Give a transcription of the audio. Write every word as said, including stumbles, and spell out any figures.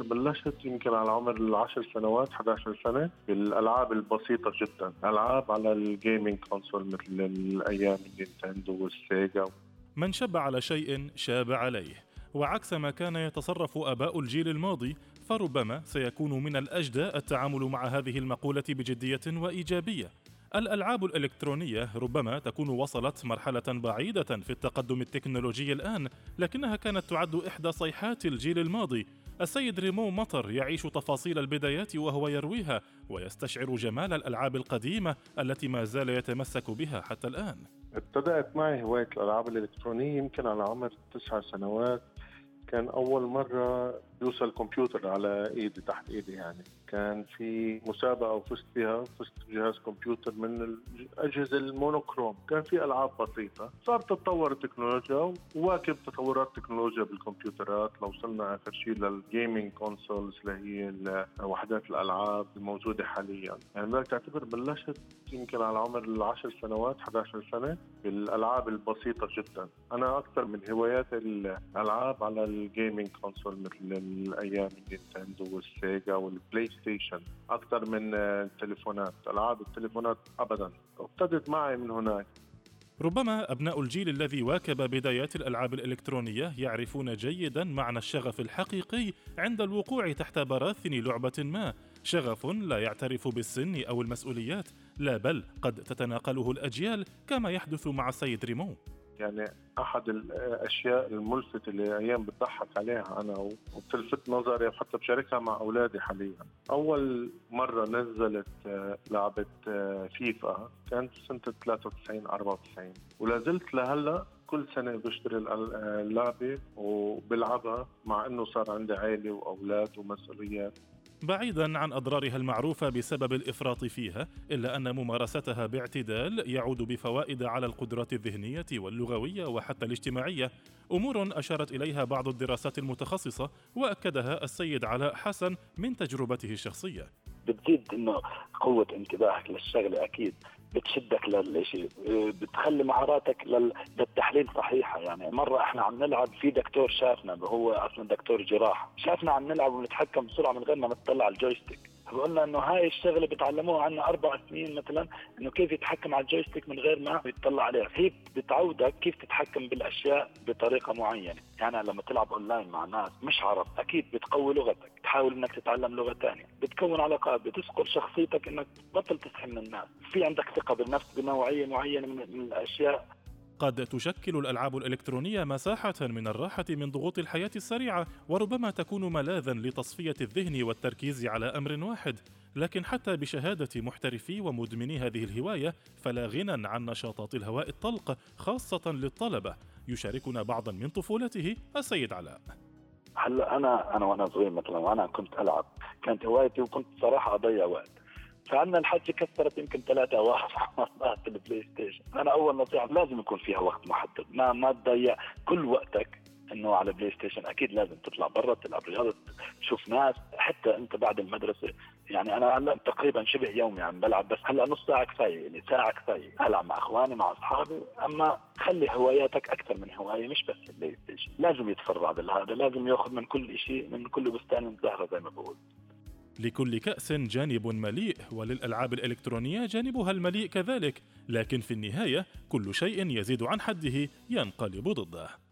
بلشت يمكن على عمر العشر سنوات إحدى عشرة سنة بالألعاب البسيطة جدا، ألعاب على الجيمينج كونسول مثل الأيام النينتندو والسيجا. من شب على شيء شاب عليه، وعكس ما كان يتصرف آباء الجيل الماضي، فربما سيكون من الأجدى التعامل مع هذه المقولة بجدية وإيجابية. الألعاب الإلكترونية ربما تكون وصلت مرحلة بعيدة في التقدم التكنولوجي الآن، لكنها كانت تعد إحدى صيحات الجيل الماضي. السيد ريمو مطر يعيش تفاصيل البدايات وهو يرويها، ويستشعر جمال الألعاب القديمة التي ما زال يتمسك بها حتى الآن. ابتدأت معي هواية الألعاب الإلكترونية يمكن على عمر تسع سنوات. كان أول مرة يوصل كمبيوتر على إيدي، تحت إيدي يعني. كان في مسابقة وفزت فيها، فزت بجهاز كمبيوتر من الأجهزة المونوكروم. كان في ألعاب بسيطة، صارت تتطور التكنولوجيا وواكب تطورات التكنولوجيا بالكمبيوترات. لو وصلنا آخر شيء للجيمينج كونسولز اللي هي وحدات الألعاب الموجودة حاليا. يعني بدك تعتبر بلشت يمكن على عمر العشر سنوات إحدى عشرة سنة بالألعاب البسيطة جدا. أنا أكثر من هوايات الألعاب على الجيمينج كونسول مثل الأيام النينتندو والسيجا والبلاي ستيشن أكثر من التليفونات. ألعاب التليفونات أبدا ابتدت معي من هناك. ربما أبناء الجيل الذي واكب بدايات الألعاب الإلكترونية يعرفون جيداً معنى الشغف الحقيقي عند الوقوع تحت براثن لعبة ما، شغف لا يعترف بالسن أو المسؤوليات، لا بل قد تتناقله الأجيال كما يحدث مع السيد ريمو. يعني أحد الأشياء الملفتة اللي أيام بتضحك عليها أنا وبتلفت نظري وحتى بشاركها مع أولادي حاليا. أول مرة نزلت لعبة فيفا كانت سنة ثلاثة وتسعين أربعة وتسعين، ولا زلت لهلأ كل سنة بشتري اللعبة وبلعبها مع أنه صار عندي عائلة وأولاد ومسؤوليات. بعيداً عن أضرارها المعروفة بسبب الإفراط فيها، إلا أن ممارستها باعتدال يعود بفوائد على القدرات الذهنية واللغوية وحتى الاجتماعية، أمور أشارت إليها بعض الدراسات المتخصصة وأكدها السيد علاء حسن من تجربته الشخصية. بتزيد إنه قوة انتباهك للشغلة، أكيد بتشدك للشيء، بتخلي مهاراتك للتحليل صحيحة. يعني مرة احنا عم نلعب في دكتور شافنا، هو اصلا دكتور جراح، شافنا عم نلعب ونتحكم بسرعة من غير ما نطلع على الجويستيك. قلنا انه هاي الشغلة بتعلموها عنا اربع سنين مثلا، انه كيف يتحكم على الجويستيك من غير ما يتطلع عليها. هي بتعودك كيف تتحكم بالاشياء بطريقة معينة. يعني لما تلعب اونلاين مع ناس مش عرب، اكيد بتقوي لغتك، تحاول انك تتعلم لغة تانية، بتكون علاقات، بتسقل شخصيتك انك تبطل تستحي من الناس، في عندك ثقة بالنفس بنوعية معينة من الاشياء. قد تشكل الألعاب الإلكترونية مساحة من الراحة من ضغوط الحياة السريعة، وربما تكون ملاذاً لتصفية الذهن والتركيز على أمر واحد، لكن حتى بشهادة محترفي ومدمني هذه الهواية فلا غنى عن نشاطات الهواء الطلق خاصة للطلبة. يشاركنا بعضاً من طفولته السيد علاء. هلا أنا أنا وأنا صغير مثلا وأنا كنت ألعب، كانت هوايتي وكنت صراحة أضيع وقت. فعندنا الحاجة كسرت يمكن ثلاثة واحد مرات البلاي ستيشن. أنا أول نصيحة لازم يكون فيها وقت محدد، ما ما تضيع كل وقتك إنه على بلاي ستيشن. أكيد لازم تطلع برا تلعب رياضة، تشوف ناس، حتى أنت بعد المدرسة. يعني أنا هلا تقريبا شبه يومي عم بلعب، بس هلا نص ساعة كفاية، يعني ساعة كفاية ألعب مع إخواني مع أصحابي. أما خلي هواياتك أكثر من هواية، مش بس البلاي ستيشن. لازم يتفرع بالهذا، لازم يأخذ من كل شيء، من كل بستان زهرة زي ما بقول. لكل كأس جانب مليء، وللألعاب الإلكترونية جانبها المليء كذلك، لكن في النهاية كل شيء يزيد عن حده ينقلب ضده.